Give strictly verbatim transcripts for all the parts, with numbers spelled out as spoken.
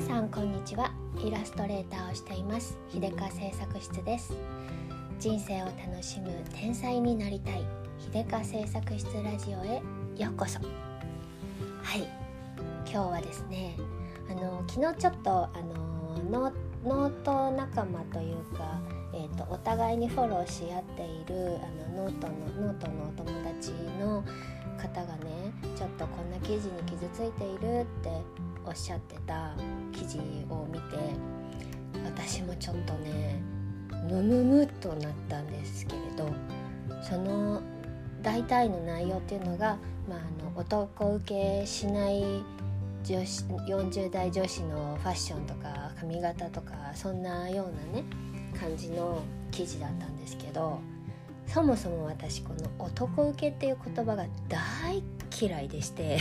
さんこんにちは。イラストレーターをしています秀香製作室です。人生を楽しむ天才になりたい秀香製作室ラジオへようこそ。はい、今日はですねあの昨日ちょっとあのノノート仲間というか、えーと、お互いにフォローし合っているあのノートのノートのお友達の方がね、ちょっとこんな記事に傷ついているっておっしゃってた記事を見て、私もちょっとねムムムっとなったんですけれど、その大体の内容っていうのが、まあ、あの男受けしない女子よんじゅう代女子のファッションとか髪型とかそんなようなね感じの記事だったんですけど、そもそも私この男受けっていう言葉が大嫌いでして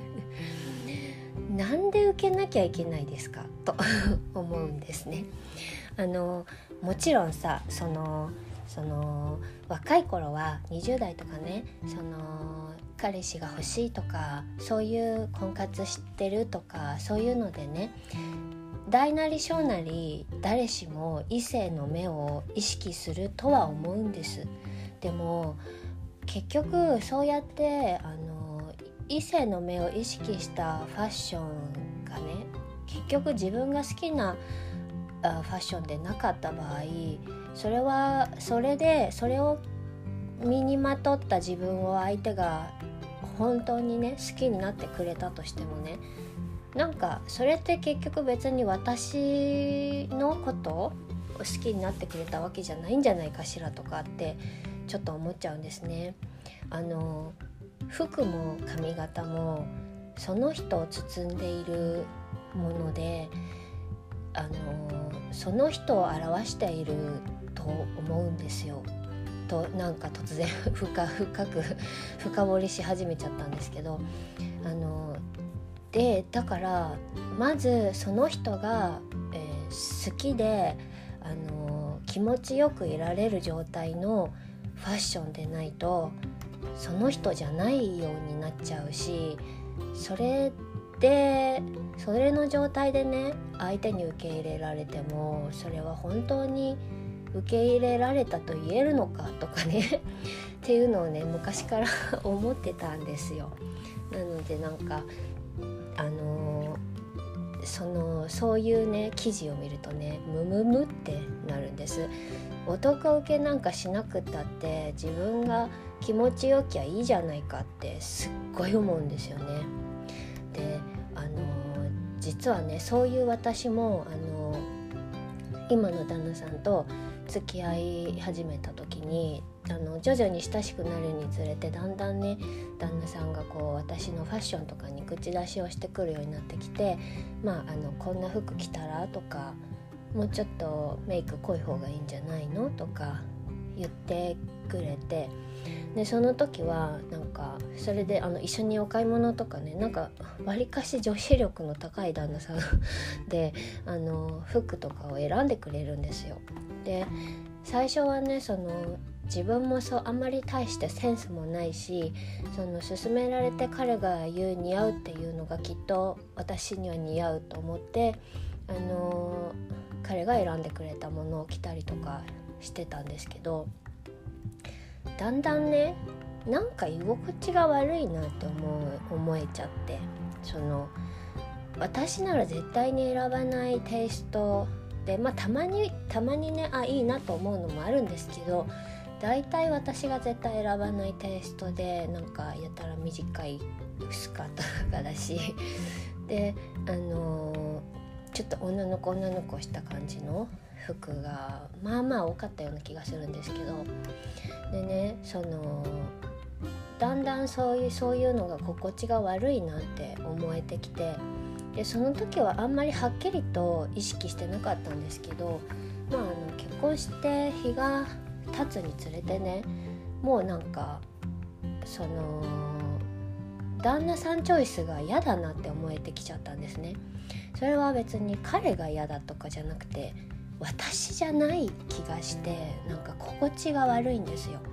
なんで受けなきゃいけないですかと思うんですね。あのもちろんさ、そのその若い頃はにじゅう代とかね、その彼氏が欲しいとかそういう婚活してるとかそういうのでね、大なり小なり誰しも異性の目を意識するとは思うんです。でも結局そうやってあの異性の目を意識したファッションがね、結局自分が好きなファッションでなかった場合、それはそれでそれを身にまとった自分を相手が本当にね好きになってくれたとしてもね、なんかそれって結局別に私のことを好きになってくれたわけじゃないんじゃないかしらとかってちょっと思っちゃうんですね。あの服も髪型もその人を包んでいるもので、あのその人を表していると思うんですよと、なんか突然深深く深掘りし始めちゃったんですけど、あのでだからまずその人が、えー、好きであの気持ちよくいられる状態のファッションでないとその人じゃないようになっちゃうし、それでそれの状態でね相手に受け入れられてもそれは本当に受け入れられたと言えるのかとかねっていうのをね昔から思ってたんですよ。なのでなんかあのー、そのそういうね記事を見るとねムムムってなるんです。男受けなんかしなくったって自分が気持ちよきゃいいじゃないかってすっごい思うんですよね。で、あのー、実はねそういう私も、あのー、今の旦那さんと付き合い始めた時にあの徐々に親しくなるにつれてだんだんね旦那さんがこう私のファッションとかに口出しをしてくるようになってきて、まあ、あのこんな服着たらとか、もうちょっとメイク濃い方がいいんじゃないのとか言ってくれて、でその時はなんかそれであの一緒にお買い物とかね、なんかわりかし女子力の高い旦那さんであの服とかを選んでくれるんですよ。で最初はねその自分もそうあんまり大してセンスもないし、その勧められて彼が言う似合うっていうのがきっと私には似合うと思って、あの彼が選んでくれたものを着たりとかしてたんですけど、だんだんねなんか居心地が悪いなって思う思えちゃって、その私なら絶対に選ばないテイストで、まあたまにたまにねあいいなと思うのもあるんですけど、だいたい私が絶対選ばないテイストで、なんかやたら短いスカートとかだしであのー、ちょっと女の子女の子した感じの服がまあまあ多かったような気がするんですけど、でねそのだんだんそういうそういうのが心地が悪いなって思えてきて、でその時はあんまりはっきりと意識してなかったんですけど、まあ、あの結婚して日が経つにつれてね、もうなんかその旦那さんチョイスが嫌だなって思えてきちゃったんですね。それは別に彼が嫌だとかじゃなくて私じゃない気がして、なんか心地が悪いんですよ。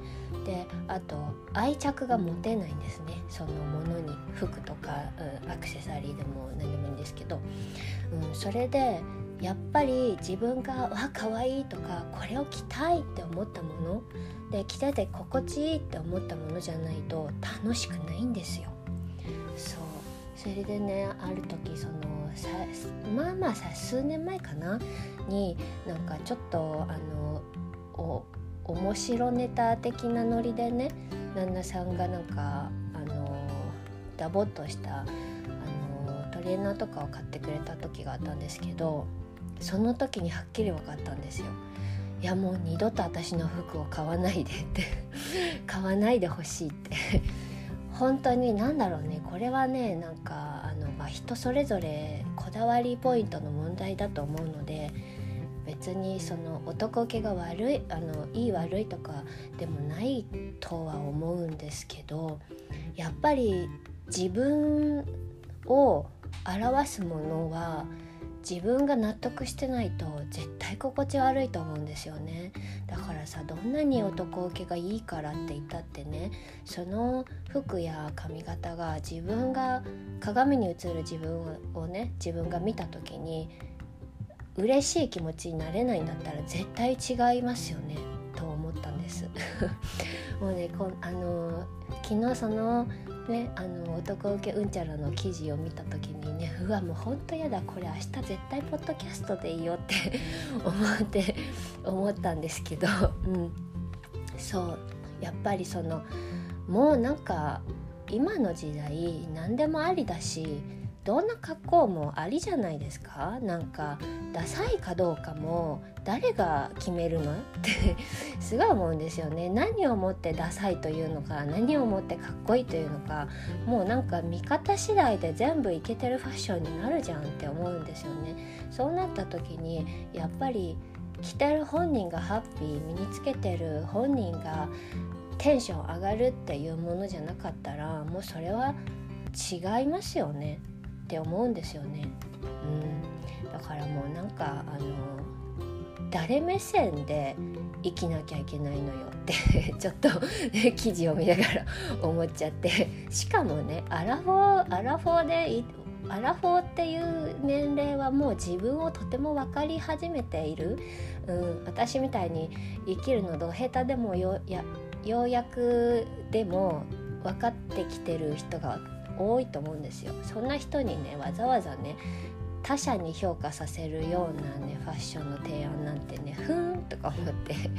であと愛着が持てないんですね、そのものに。服とか、うん、アクセサリーでも何でもいいんですけど、うん、それでやっぱり自分がわ可愛いとかこれを着たいって思ったもので、着てて心地いいって思ったものじゃないと楽しくないんですよ。そう、それでね、ある時そのさまあまあさ数年前かなになんかちょっとあのお面白ネタ的なノリでね、旦那さんがなんかあのダボっとしたあのトレーナーとかを買ってくれた時があったんですけど、その時にはっきり分かったんですよ。いやもう二度と私の服を買わないでって買わないでほしいって本当になんだろうね、これはねなんかあの、まあ、人それぞれこだわりポイントの問題だと思うので、別にその男受けが悪いあのいい悪いとかでもないとは思うんですけど、やっぱり自分を表すものは自分が納得してないと絶対心地悪いと思うんですよね。だからさ、どんなに男受けがいいからって言ったってね、その服や髪型が自分が鏡に映る自分をね、自分が見た時に嬉しい気持ちになれないんだったら絶対違いますよねと思ったんですもうねこあの昨日そのねあの男受けうんちゃらの記事を見た時にね、うわもうほんとやだ、これ明日絶対ポッドキャストでいいよって思って思ったんですけど、うん、そうやっぱりそのもうなんか今の時代何でもありだし、どんな格好もありじゃないですか。なんかダサいかどうかも誰が決めるのってすごい思うんですよね。何をもってダサいというのか、何をもってかっこいいというのか、もうなんか見方次第で全部イケてるファッションになるじゃんって思うんですよね。そうなった時にやっぱり着てる本人がハッピー、身につけてる本人がテンション上がるっていうものじゃなかったら、もうそれは違いますよねって思うんですよね、うん、だからもうなんかあの誰目線で生きなきゃいけないのよってちょっと、ね、記事を見ながら思っちゃって、しかもねアラフォーアラフォーでアラフォーっていう年齢はもう自分をとても分かり始めている、うん、私みたいに生きるのど下手でもよやようやくでも分かってきてる人が多いと思うんですよ。そんな人にねわざわざね他者に評価させるようなねファッションの提案なんてねふーんとか思ってはい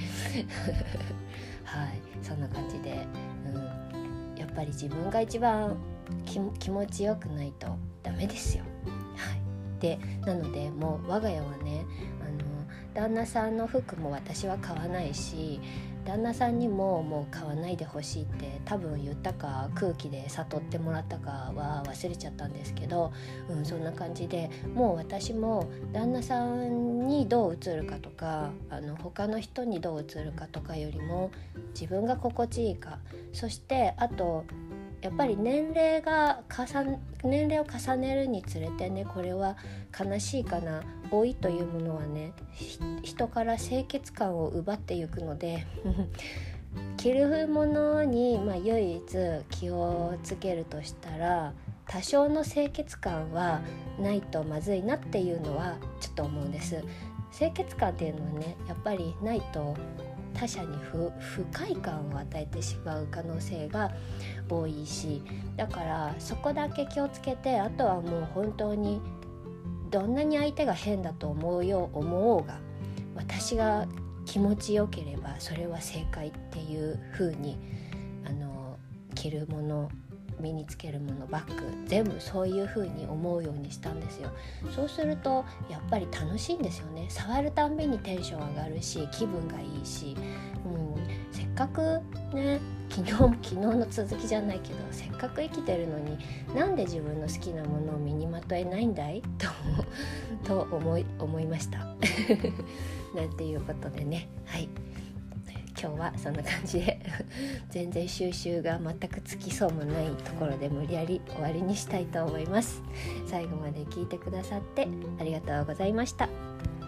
そんな感じで、うん、やっぱり自分が一番気、気持ちよくないとダメですよ。はい、でなのでもう我が家はねあの旦那さんの服も私は買わないし、旦那さんにももう買わないでほしいって多分言ったか空気で悟ってもらったかは忘れちゃったんですけど、うん、そんな感じでもう私も旦那さんにどう映るかとかあの他の人にどう映るかとかよりも自分が心地いいか、そしてあとやっぱり年齢が重年齢を重ねるにつれてね、これは悲しいかな、老いというものはね人から清潔感を奪っていくので着るものに、まあ、唯一気をつけるとしたら多少の清潔感はないとまずいなっていうのはちょっと思うんです。清潔感っていうのはねやっぱりないと他者に 不, 不快感を与えてしまう可能性が多いし、だからそこだけ気をつけて、あとはもう本当にどんなに相手が変だと思うよ思おうが私が気持ちよければそれは正解っていう風にあの着るもの身につけるものバッグ全部そういう風に思うようにしたんですよ。そうするとやっぱり楽しいんですよね。触るたんびにテンション上がるし気分がいいし、うん、せっかくね昨日昨日の続きじゃないけどせっかく生きてるのになんで自分の好きなものを身にまとえないんだいと、と思い思いましたなんていうことでね、はい今日はそんな感じで全然収集が全くつきそうもないところで無理やり終わりにしたいと思います。最後まで聞いてくださってありがとうございました。